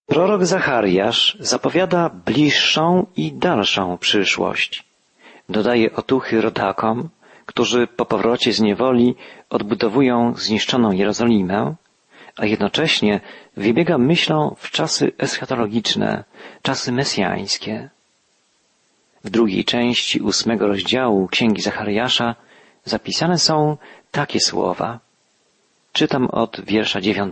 Prorok Zachariasz zapowiada bliższą i dalszą przyszłość. Dodaje otuchy rodakom, którzy po powrocie z niewoli odbudowują zniszczoną Jerozolimę, a jednocześnie wybiega myślą w czasy eschatologiczne, czasy mesjańskie. W drugiej części 8 rozdziału Księgi Zachariasza zapisane są takie słowa. Czytam od wiersza 9.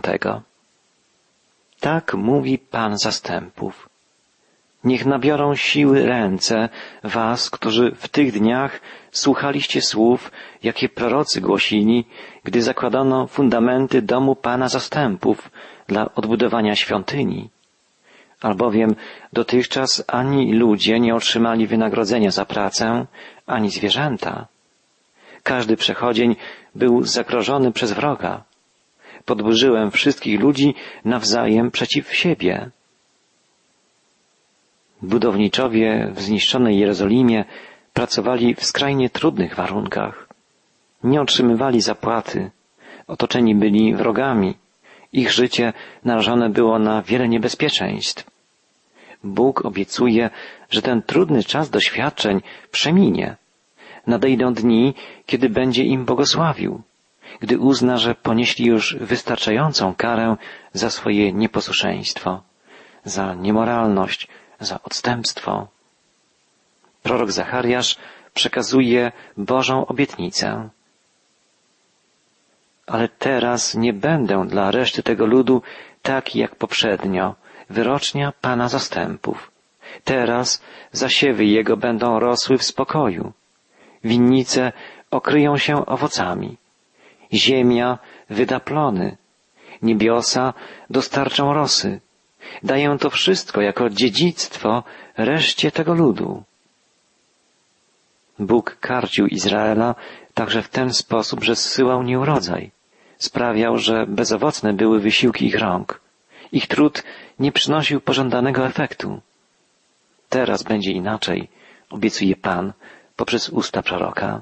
Tak mówi Pan zastępów. Niech nabiorą siły ręce was, którzy w tych dniach słuchaliście słów, jakie prorocy głosili, gdy zakładano fundamenty domu Pana zastępów dla odbudowania świątyni. Albowiem dotychczas ani ludzie nie otrzymali wynagrodzenia za pracę, ani zwierzęta. Każdy przechodzień był zagrożony przez wroga. Podburzyłem wszystkich ludzi nawzajem przeciw siebie. Budowniczowie w zniszczonej Jerozolimie pracowali w skrajnie trudnych warunkach. Nie otrzymywali zapłaty, otoczeni byli wrogami. Ich życie narażone było na wiele niebezpieczeństw. Bóg obiecuje, że ten trudny czas doświadczeń przeminie. Nadejdą dni, kiedy będzie im błogosławił, gdy uzna, że ponieśli już wystarczającą karę za swoje nieposłuszeństwo, za niemoralność, za odstępstwo. Prorok Zachariasz przekazuje Bożą obietnicę. Ale teraz nie będę dla reszty tego ludu taki jak poprzednio, wyrocznia Pana zastępów. Teraz zasiewy jego będą rosły w spokoju. Winnice okryją się owocami. Ziemia wyda plony. Niebiosa dostarczą rosy. Daję to wszystko jako dziedzictwo reszcie tego ludu. Bóg karcił Izraela także w ten sposób, że zsyłał nieurodzaj. Sprawiał, że bezowocne były wysiłki ich rąk. Ich trud nie przynosił pożądanego efektu. Teraz będzie inaczej, obiecuje Pan poprzez usta proroka.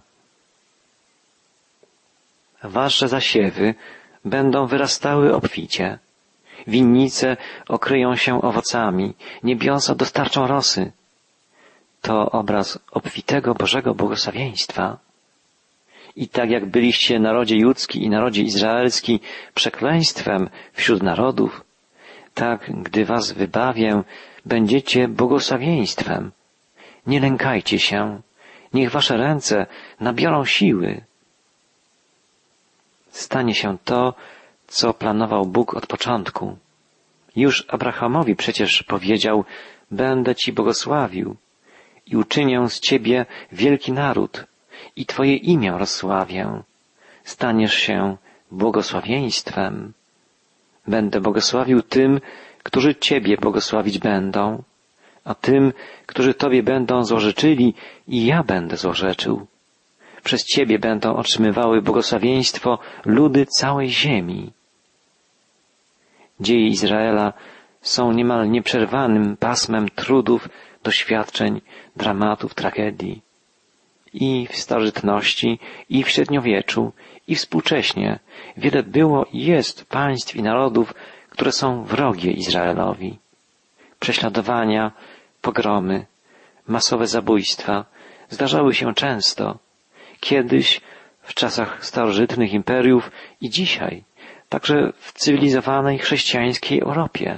Wasze zasiewy będą wyrastały obficie. Winnice okryją się owocami, niebiosa dostarczą rosy. To obraz obfitego Bożego błogosławieństwa. I tak jak byliście narodzie judzki i narodzie izraelski przekleństwem wśród narodów, tak gdy was wybawię, będziecie błogosławieństwem. Nie lękajcie się, niech wasze ręce nabiorą siły. Stanie się to, co planował Bóg od początku. Już Abrahamowi przecież powiedział, będę ci błogosławił i uczynię z ciebie wielki naród i twoje imię rozsławię. Staniesz się błogosławieństwem. Będę błogosławił tym, którzy ciebie błogosławić będą, a tym, którzy tobie będą złorzeczyli, i ja będę złorzeczył. Przez ciebie będą otrzymywały błogosławieństwo ludy całej ziemi. Dzieje Izraela są niemal nieprzerwanym pasmem trudów, doświadczeń, dramatów, tragedii. I w starożytności, i w średniowieczu, i współcześnie wiele było i jest państw i narodów, które są wrogie Izraelowi. Prześladowania, pogromy, masowe zabójstwa zdarzały się często. Kiedyś, w czasach starożytnych imperiów i dzisiaj, także w cywilizowanej chrześcijańskiej Europie.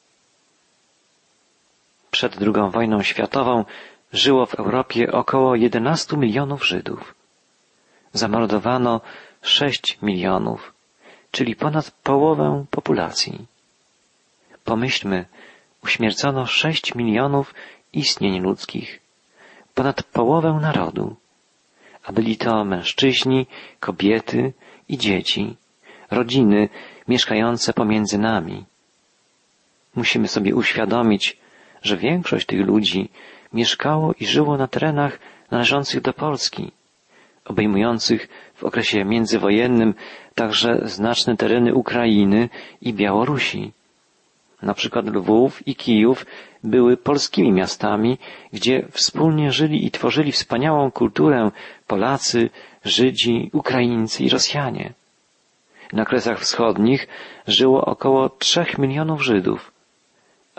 Przed II wojną światową żyło w Europie około 11 milionów Żydów. Zamordowano 6 milionów, czyli ponad połowę populacji. Pomyślmy, uśmiercono 6 milionów istnień ludzkich, ponad połowę narodu, a byli to mężczyźni, kobiety i dzieci, rodziny mieszkające pomiędzy nami. Musimy sobie uświadomić, że większość tych ludzi mieszkało i żyło na terenach należących do Polski, obejmujących w okresie międzywojennym także znaczne tereny Ukrainy i Białorusi. Na przykład Lwów i Kijów były polskimi miastami, gdzie wspólnie żyli i tworzyli wspaniałą kulturę Polacy, Żydzi, Ukraińcy i Rosjanie. Na Kresach Wschodnich żyło około 3 milionów Żydów.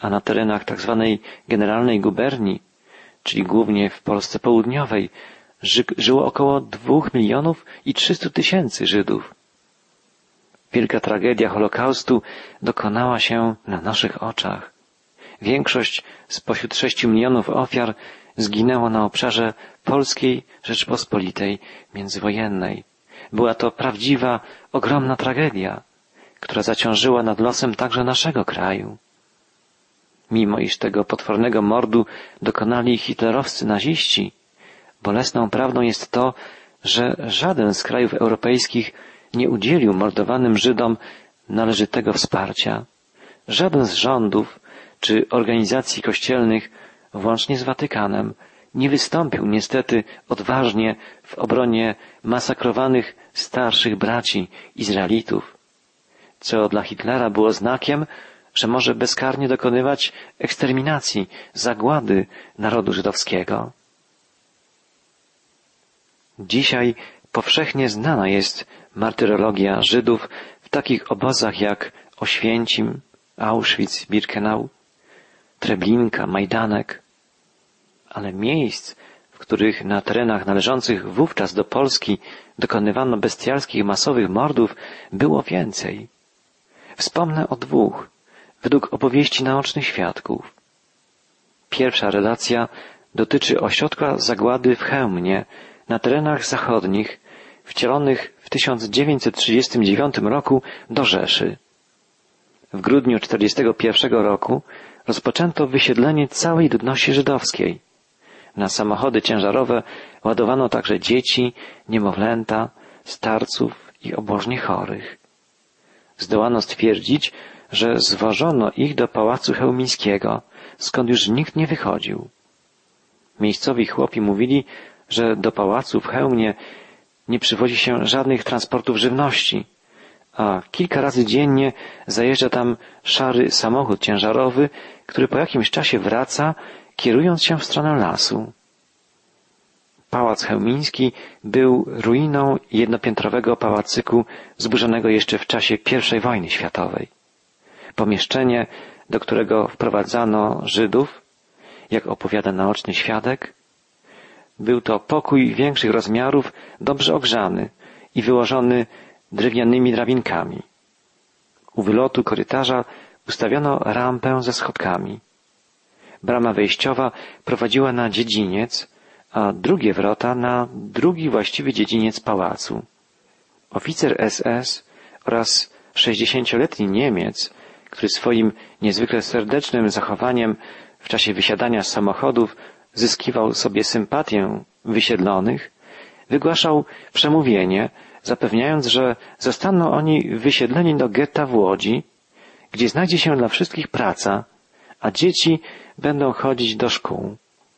a na terenach tzw. generalnej guberni, czyli głównie w Polsce Południowej, żyło około 2,3 mln Żydów. Wielka tragedia Holokaustu dokonała się na naszych oczach. Większość spośród 6 milionów ofiar zginęło na obszarze Polskiej Rzeczpospolitej międzywojennej. Była to prawdziwa, ogromna tragedia, która zaciążyła nad losem także naszego kraju. Mimo iż tego potwornego mordu dokonali hitlerowscy naziści, bolesną prawdą jest to, że żaden z krajów europejskich nie udzielił mordowanym Żydom należytego wsparcia. Żaden z rządów czy organizacji kościelnych, włącznie z Watykanem, nie wystąpił niestety odważnie w obronie masakrowanych starszych braci Izraelitów, co dla Hitlera było znakiem, że może bezkarnie dokonywać eksterminacji, zagłady narodu żydowskiego. Dzisiaj powszechnie znana jest martyrologia Żydów w takich obozach jak Oświęcim, Auschwitz, Birkenau, Treblinka, Majdanek, ale miejsc, w których na terenach należących wówczas do Polski dokonywano bestialskich masowych mordów, było więcej. Wspomnę o 2, według opowieści naocznych świadków. Pierwsza relacja dotyczy ośrodka zagłady w Chełmnie, na terenach zachodnich, wcielonych w 1939 roku do Rzeszy. W grudniu 1941 roku rozpoczęto wysiedlenie całej ludności żydowskiej. Na samochody ciężarowe ładowano także dzieci, niemowlęta, starców i obożnie chorych. Zdołano stwierdzić, że zwożono ich do Pałacu Chełmińskiego, skąd już nikt nie wychodził. Miejscowi chłopi mówili, że do pałacu w Chełmnie nie przywozi się żadnych transportów żywności, a kilka razy dziennie zajeżdża tam szary samochód ciężarowy, który po jakimś czasie wraca, kierując się w stronę lasu. Pałac Chełmiński był ruiną jednopiętrowego pałacyku zburzonego jeszcze w czasie I wojny światowej. Pomieszczenie, do którego wprowadzano Żydów, jak opowiada naoczny świadek, był to pokój większych rozmiarów, dobrze ogrzany i wyłożony drewnianymi drabinkami. U wylotu korytarza ustawiono rampę ze schodkami. Brama wejściowa prowadziła na dziedziniec, a drugie wrota na drugi właściwy dziedziniec pałacu. Oficer SS oraz 60-letni Niemiec, który swoim niezwykle serdecznym zachowaniem w czasie wysiadania z samochodów zyskiwał sobie sympatię wysiedlonych, wygłaszał przemówienie, zapewniając, że zostaną oni wysiedleni do getta w Łodzi, gdzie znajdzie się dla wszystkich praca, a dzieci będą chodzić do szkół.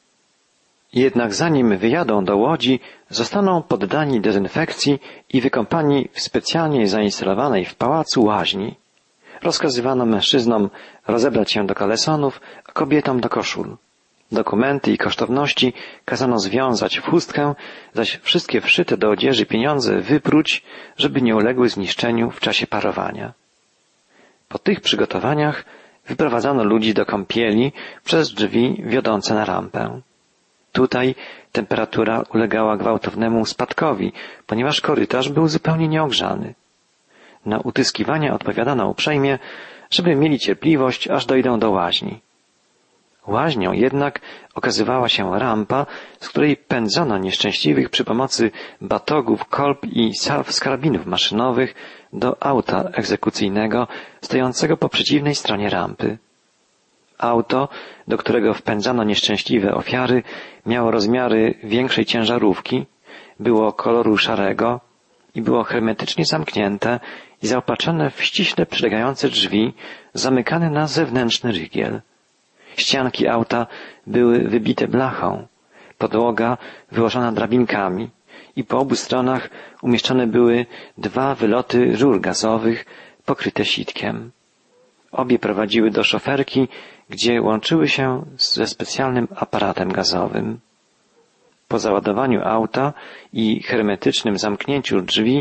Jednak zanim wyjadą do Łodzi, zostaną poddani dezynfekcji i wykąpani w specjalnie zainstalowanej w pałacu łaźni. Rozkazywano mężczyznom rozebrać się do kalesonów, a kobietom do koszul. Dokumenty i kosztowności kazano związać w chustkę, zaś wszystkie wszyte do odzieży pieniądze wypróć, żeby nie uległy zniszczeniu w czasie parowania. Po tych przygotowaniach wyprowadzano ludzi do kąpieli przez drzwi wiodące na rampę. Tutaj temperatura ulegała gwałtownemu spadkowi, ponieważ korytarz był zupełnie nieogrzany. Na utyskiwania odpowiadano uprzejmie, żeby mieli cierpliwość, aż dojdą do łaźni. Łaźnią jednak okazywała się rampa, z której pędzono nieszczęśliwych przy pomocy batogów, kolb i salw z karabinów maszynowych do auta egzekucyjnego stojącego po przeciwnej stronie rampy. Auto, do którego wpędzano nieszczęśliwe ofiary, miało rozmiary większej ciężarówki, było koloru szarego i było hermetycznie zamknięte i zaopatrzone w ściśle przylegające drzwi, zamykane na zewnętrzny rygiel. Ścianki auta były wybite blachą, podłoga wyłożona drabinkami i po obu stronach umieszczone były 2 wyloty rur gazowych pokryte sitkiem. Obie prowadziły do szoferki, gdzie łączyły się ze specjalnym aparatem gazowym. Po załadowaniu auta i hermetycznym zamknięciu drzwi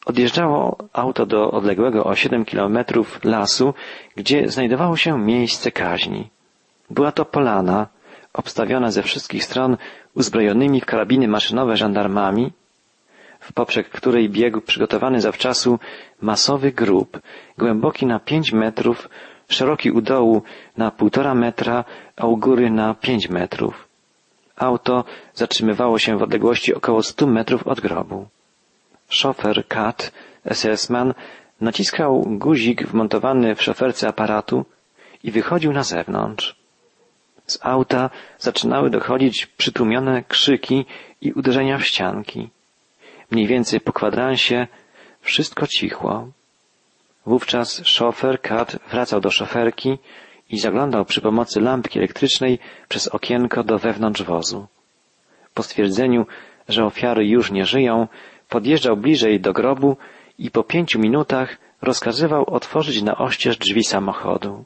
Odjeżdżało auto do odległego o 7 kilometrów lasu, gdzie znajdowało się miejsce kaźni. Była to polana, obstawiona ze wszystkich stron uzbrojonymi w karabiny maszynowe żandarmami, w poprzek której biegł przygotowany zawczasu masowy grób, głęboki na 5 metrów, szeroki u dołu na 1,5 metra, a u góry na 5 metrów. Auto zatrzymywało się w odległości około 100 metrów od grobu. Szofer Kat, SS-man, naciskał guzik wmontowany w szoferce aparatu i wychodził na zewnątrz. Z auta zaczynały dochodzić przytłumione krzyki i uderzenia w ścianki. Mniej więcej po kwadransie wszystko cichło. Wówczas szofer Kat wracał do szoferki i zaglądał przy pomocy lampki elektrycznej przez okienko do wewnątrz wozu. Po stwierdzeniu, że ofiary już nie żyją, podjeżdżał bliżej do grobu i po 5 minutach rozkazywał otworzyć na oścież drzwi samochodu.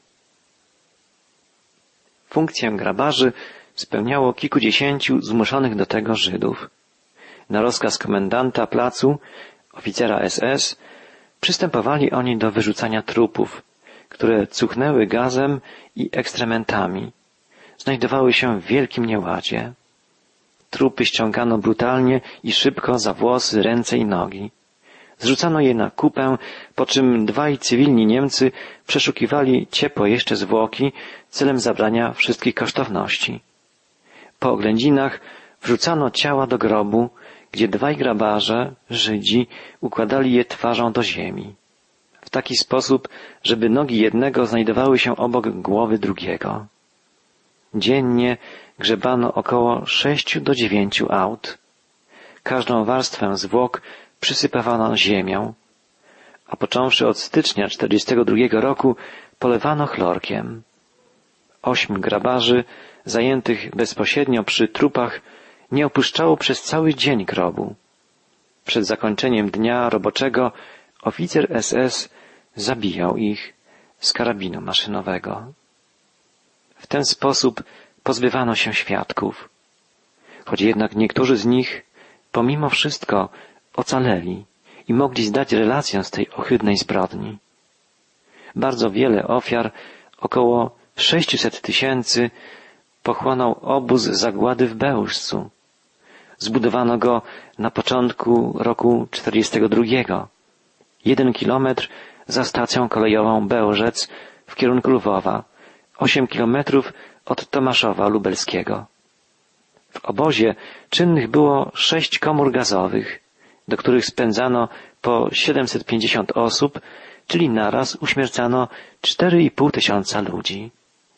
Funkcję grabarzy spełniało kilkudziesięciu zmuszonych do tego Żydów. Na rozkaz komendanta placu, oficera SS, przystępowali oni do wyrzucania trupów, które cuchnęły gazem i ekstrementami. Znajdowały się w wielkim nieładzie. Trupy ściągano brutalnie i szybko za włosy, ręce i nogi. Zrzucano je na kupę, po czym 2 cywilni Niemcy przeszukiwali ciepłe jeszcze zwłoki celem zabrania wszystkich kosztowności. Po oględzinach wrzucano ciała do grobu, gdzie 2 grabarze, Żydzi, układali je twarzą do ziemi. W taki sposób, żeby nogi jednego znajdowały się obok głowy drugiego. Dziennie grzebano około 6 do 9 aut. Każdą warstwę zwłok przysypywano ziemią, a począwszy od stycznia 1942 roku polewano chlorkiem. 8 grabarzy, zajętych bezpośrednio przy trupach, nie opuszczało przez cały dzień grobu. Przed zakończeniem dnia roboczego oficer SS zabijał ich z karabinu maszynowego. W ten sposób pozbywano się świadków. Choć jednak niektórzy z nich, pomimo wszystko, ocaleli i mogli zdać relację z tej ohydnej zbrodni. Bardzo wiele ofiar, około 600 000, pochłonął obóz zagłady w Bełżcu. Zbudowano go na początku roku 1942. 1 kilometr za stacją kolejową Bełżec w kierunku Lwowa, 8 kilometrów od Tomaszowa Lubelskiego. W obozie czynnych było 6 komór gazowych, do których spędzano po 750 osób, czyli naraz uśmiercano 4,5 tysiąca ludzi.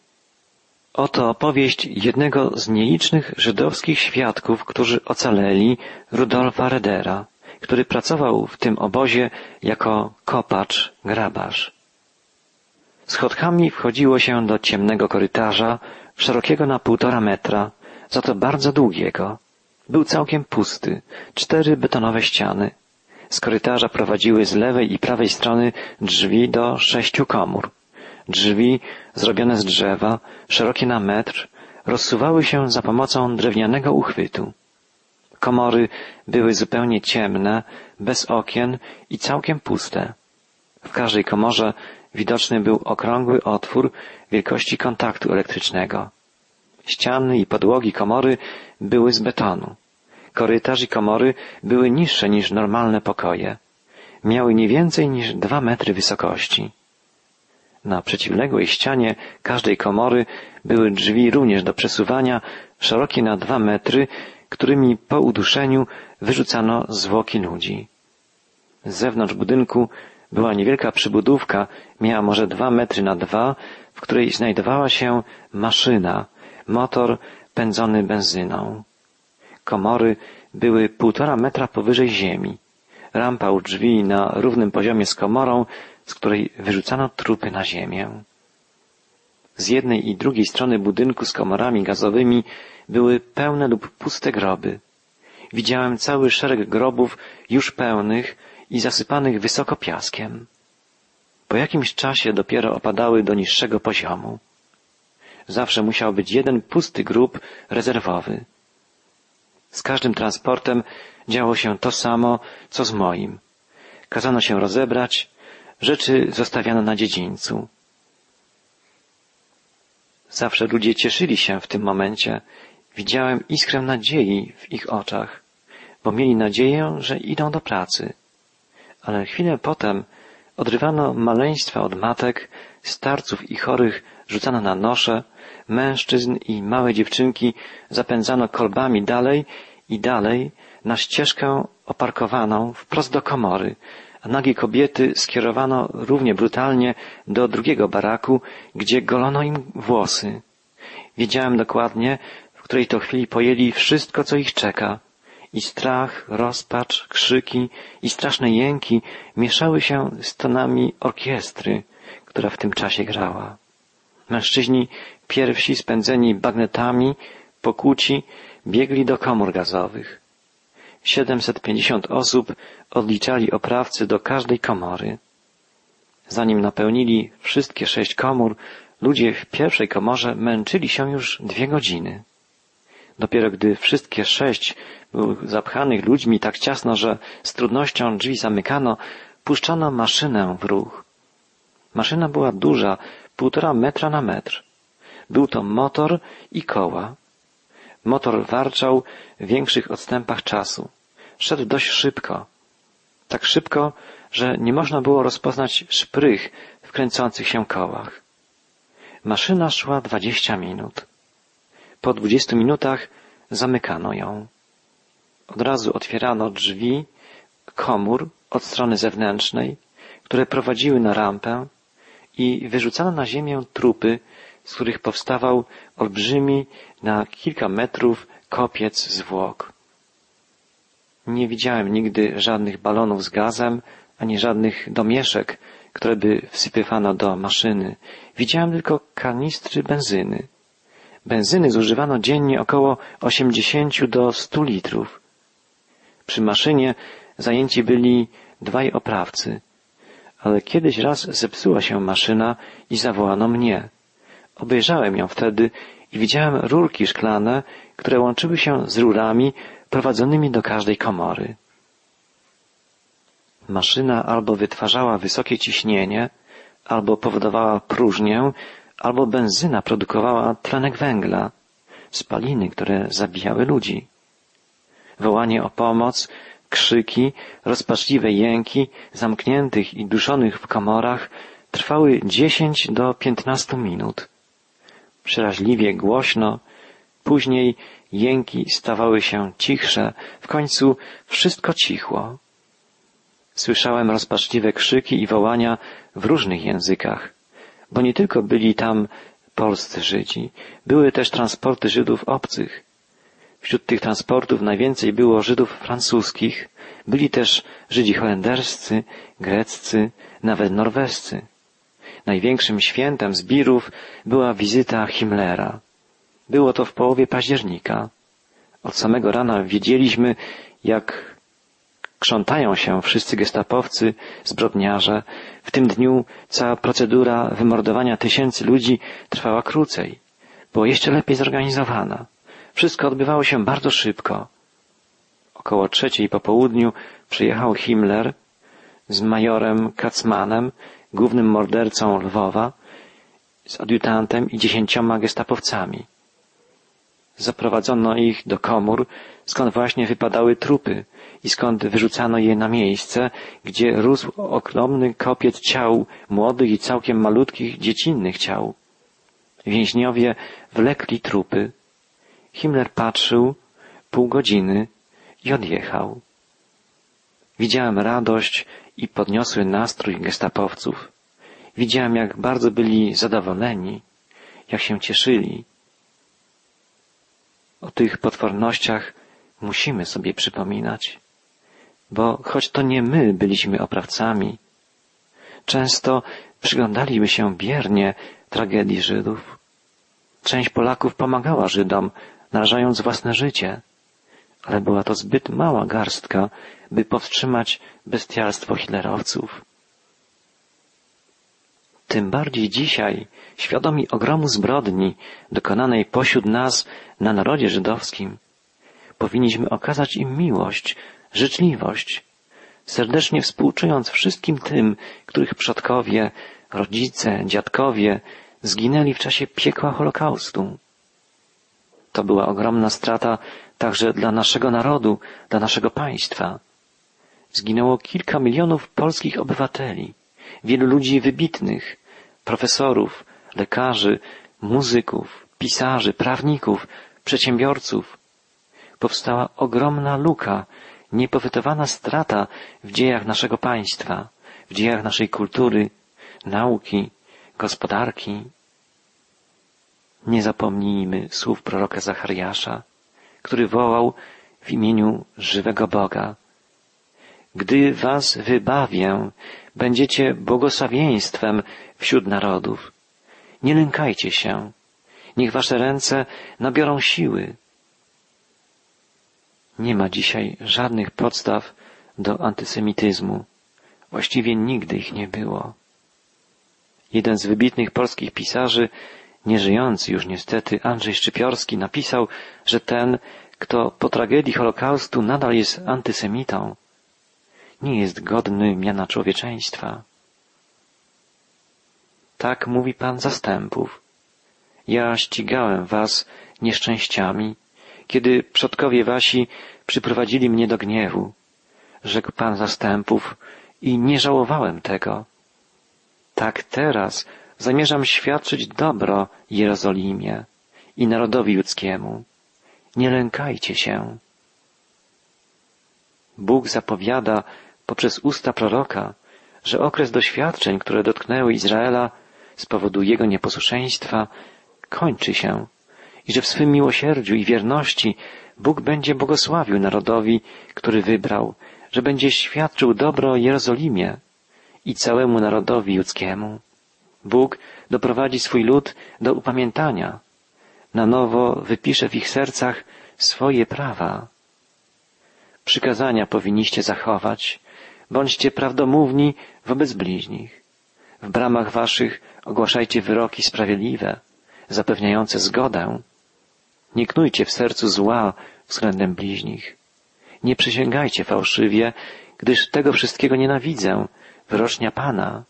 Oto opowieść jednego z nielicznych żydowskich świadków, którzy ocaleli, Rudolfa Redera, który pracował w tym obozie jako kopacz, grabarz. Schodkami wchodziło się do ciemnego korytarza, szerokiego na 1,5 metra, za to bardzo długiego. Był całkiem pusty, 4 betonowe ściany. Z korytarza prowadziły z lewej i prawej strony drzwi do 6 komór. Drzwi, zrobione z drzewa, szerokie na metr, rozsuwały się za pomocą drewnianego uchwytu. Komory były zupełnie ciemne, bez okien i całkiem puste. W każdej komorze widoczny był okrągły otwór wielkości kontaktu elektrycznego. Ściany i podłogi komory były z betonu. Korytarz i komory były niższe niż normalne pokoje. Miały nie więcej niż 2 metry wysokości. Na przeciwległej ścianie każdej komory były drzwi również do przesuwania, szerokie na 2 metry, którymi po uduszeniu wyrzucano zwłoki ludzi. Z zewnątrz budynku była niewielka przybudówka, miała może 2 metry na 2, w której znajdowała się maszyna, motor pędzony benzyną. Komory były 1,5 metra powyżej ziemi. Rampa u drzwi na równym poziomie z komorą, z której wyrzucano trupy na ziemię. Z jednej i drugiej strony budynku z komorami gazowymi były pełne lub puste groby. Widziałem cały szereg grobów już pełnych i zasypanych wysoko piaskiem. Po jakimś czasie dopiero opadały do niższego poziomu. Zawsze musiał być jeden pusty grób rezerwowy. Z każdym transportem działo się to samo, co z moim. kazano się rozebrać, rzeczy zostawiano na dziedzińcu. Zawsze ludzie cieszyli się w tym momencie. Widziałem iskrę nadziei w ich oczach, bo mieli nadzieję, że idą do pracy. Ale chwilę potem odrywano maleństwa od matek, starców i chorych rzucano na nosze, mężczyzn i małe dziewczynki zapędzano kolbami dalej i dalej na ścieżkę oparkowaną wprost do komory, a nagie kobiety skierowano równie brutalnie do drugiego baraku, gdzie golono im włosy. Wiedziałem dokładnie, w której to chwili pojęli wszystko, co ich czeka. I strach, rozpacz, krzyki i straszne jęki mieszały się z tonami orkiestry, która w tym czasie grała. Mężczyźni, pierwsi spędzeni bagnetami, pokuci, biegli do komór gazowych. 750 osób odliczali oprawcy do każdej komory. Zanim napełnili wszystkie 6 komór, ludzie w pierwszej komorze męczyli się już 2 godziny. Dopiero gdy wszystkie 6 były zapchanych ludźmi tak ciasno, że z trudnością drzwi zamykano, puszczano maszynę w ruch. Maszyna była duża, 1,5 metra na metr. Był to motor i koła. Motor warczał w większych odstępach czasu. Szedł dość szybko. Tak szybko, że nie można było rozpoznać szprych w kręcących się kołach. Maszyna szła 20 minut. Po 20 minutach zamykano ją. Od razu otwierano drzwi komór od strony zewnętrznej, które prowadziły na rampę i wyrzucano na ziemię trupy, z których powstawał olbrzymi na kilka metrów kopiec zwłok. Nie widziałem nigdy żadnych balonów z gazem, ani żadnych domieszek, które by wsypywano do maszyny. Widziałem tylko kanistry benzyny. Benzyny zużywano dziennie około 80 do 100 litrów. Przy maszynie zajęci byli 2 oprawcy, ale kiedyś raz zepsuła się maszyna i zawołano mnie. Obejrzałem ją wtedy i widziałem rurki szklane, które łączyły się z rurami prowadzonymi do każdej komory. Maszyna albo wytwarzała wysokie ciśnienie, albo powodowała próżnię, albo benzyna produkowała tlenek węgla, spaliny, które zabijały ludzi. Wołanie o pomoc, krzyki, rozpaczliwe jęki zamkniętych i duszonych w komorach trwały 10 do 15 minut. Przeraźliwie głośno, później jęki stawały się cichsze, w końcu wszystko cichło. Słyszałem rozpaczliwe krzyki i wołania w różnych językach, bo nie tylko byli tam polscy Żydzi, były też transporty Żydów obcych. Wśród tych transportów najwięcej było Żydów francuskich, byli też Żydzi holenderscy, greccy, nawet norwescy. Największym świętem zbirów była wizyta Himmlera. Było to w połowie października. Od samego rana wiedzieliśmy, jak krzątają się wszyscy gestapowcy, zbrodniarze. W tym dniu cała procedura wymordowania tysięcy ludzi trwała krócej. Była jeszcze lepiej zorganizowana. Wszystko odbywało się bardzo szybko. Około 3:00 po południu przyjechał Himmler z majorem Kacmanem, głównym mordercą Lwowa, z adiutantem i 10 gestapowcami. Zaprowadzono ich do komór, skąd właśnie wypadały trupy i skąd wyrzucano je na miejsce, gdzie rósł ogromny kopiec ciał, młodych i całkiem malutkich, dziecinnych ciał. Więźniowie wlekli trupy. Himmler patrzył pół godziny i odjechał. Widziałem radość i podniosły nastrój gestapowców. Widziałem, jak bardzo byli zadowoleni, jak się cieszyli. O tych potwornościach musimy sobie przypominać, bo choć to nie my byliśmy oprawcami, często przyglądaliśmy się biernie tragedii Żydów. Część Polaków pomagała Żydom, narażając własne życie, ale była to zbyt mała garstka, by powstrzymać bestialstwo hitlerowców. Tym bardziej dzisiaj, świadomi ogromu zbrodni dokonanej pośród nas na narodzie żydowskim, powinniśmy okazać im miłość, życzliwość, serdecznie współczując wszystkim tym, których przodkowie, rodzice, dziadkowie zginęli w czasie piekła Holokaustu. To była ogromna strata także dla naszego narodu, dla naszego państwa. Zginęło kilka milionów polskich obywateli, wielu ludzi wybitnych, profesorów, lekarzy, muzyków, pisarzy, prawników, przedsiębiorców. Powstała ogromna luka, niepowetowana strata w dziejach naszego państwa, w dziejach naszej kultury, nauki, gospodarki. Nie zapomnijmy słów proroka Zachariasza, który wołał w imieniu żywego Boga: gdy was wybawię, będziecie błogosławieństwem wśród narodów. Nie lękajcie się, niech wasze ręce nabiorą siły. Nie ma dzisiaj żadnych podstaw do antysemityzmu. Właściwie nigdy ich nie było. Jeden z wybitnych polskich pisarzy, nieżyjący już niestety, Andrzej Szczypiorski, napisał, że ten, kto po tragedii Holokaustu nadal jest antysemitą, nie jest godny miana człowieczeństwa. Tak mówi Pan zastępów. Ja ścigałem was nieszczęściami, kiedy przodkowie wasi przyprowadzili mnie do gniewu, rzekł Pan zastępów, i nie żałowałem tego. Tak teraz zamierzam świadczyć dobro Jerozolimie i narodowi ludzkiemu. Nie lękajcie się. Bóg zapowiada poprzez usta proroka, że okres doświadczeń, które dotknęły Izraela z powodu jego nieposłuszeństwa, kończy się i że w swym miłosierdziu i wierności Bóg będzie błogosławił narodowi, który wybrał, że będzie świadczył dobro Jerozolimie i całemu narodowi ludzkiemu. Bóg doprowadzi swój lud do upamiętania, na nowo wypisze w ich sercach swoje prawa. Przykazania powinniście zachować, bądźcie prawdomówni wobec bliźnich. W bramach waszych ogłaszajcie wyroki sprawiedliwe, zapewniające zgodę. Nie knujcie w sercu zła względem bliźnich. Nie przysięgajcie fałszywie, gdyż tego wszystkiego nienawidzę, wyrocznia Pana.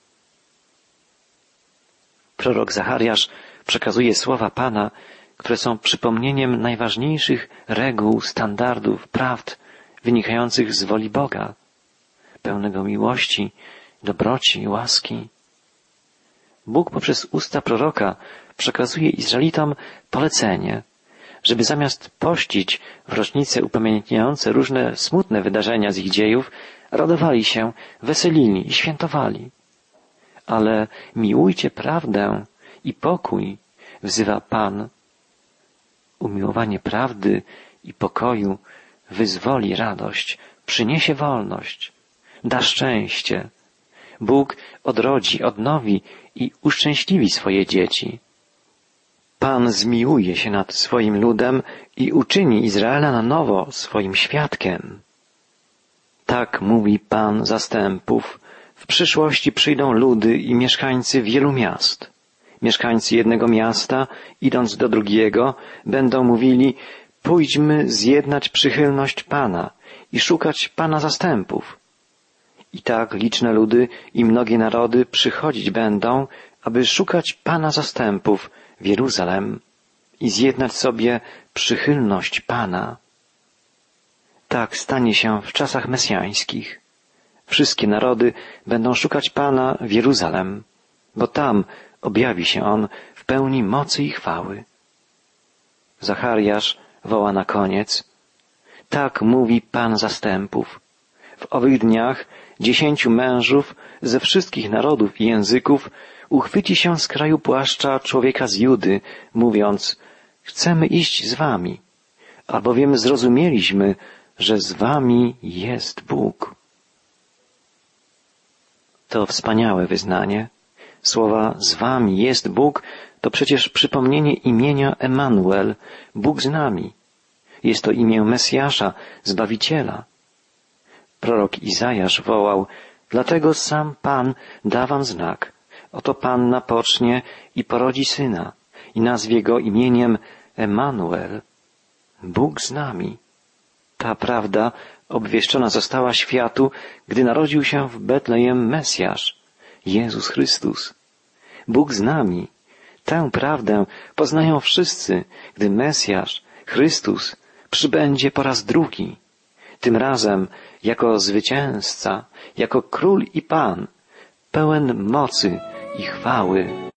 Prorok Zachariasz przekazuje słowa Pana, które są przypomnieniem najważniejszych reguł, standardów, prawd wynikających z woli Boga, pełnego miłości, dobroci i łaski. Bóg poprzez usta proroka przekazuje Izraelitom polecenie, żeby zamiast pościć w rocznice upamiętniające różne smutne wydarzenia z ich dziejów, radowali się, weselili i świętowali. Ale miłujcie prawdę i pokój, wzywa Pan. Umiłowanie prawdy i pokoju wyzwoli radość, przyniesie wolność, da szczęście. Bóg odrodzi, odnowi i uszczęśliwi swoje dzieci. Pan zmiłuje się nad swoim ludem i uczyni Izraela na nowo swoim świadkiem. Tak mówi Pan zastępów. W przyszłości przyjdą ludy i mieszkańcy wielu miast. Mieszkańcy jednego miasta, idąc do drugiego, będą mówili: pójdźmy zjednać przychylność Pana i szukać Pana zastępów. I tak liczne ludy i mnogie narody przychodzić będą, aby szukać Pana zastępów w Jeruzalem i zjednać sobie przychylność Pana. Tak stanie się w czasach mesjańskich. Wszystkie narody będą szukać Pana w Jeruzalem, bo tam objawi się On w pełni mocy i chwały. Zachariasz woła na koniec: tak mówi Pan zastępów. W owych dniach 10 mężów ze wszystkich narodów i języków uchwyci się z kraju płaszcza człowieka z Judy, mówiąc: chcemy iść z wami, albowiem zrozumieliśmy, że z wami jest Bóg. To wspaniałe wyznanie. Słowa z wami jest Bóg to przecież przypomnienie imienia Emanuel, Bóg z nami. Jest to imię Mesjasza, Zbawiciela. Prorok Izajasz wołał: dlatego sam Pan da wam znak. Oto Panna pocznie i porodzi syna i nazwie go imieniem Emanuel, Bóg z nami. Ta prawda obwieszczona została światu, gdy narodził się w Betlejem Mesjasz, Jezus Chrystus. Bóg z nami. Tę prawdę poznają wszyscy, gdy Mesjasz, Chrystus, przybędzie po raz drugi. Tym razem jako zwycięzca, jako król i pan, pełen mocy i chwały.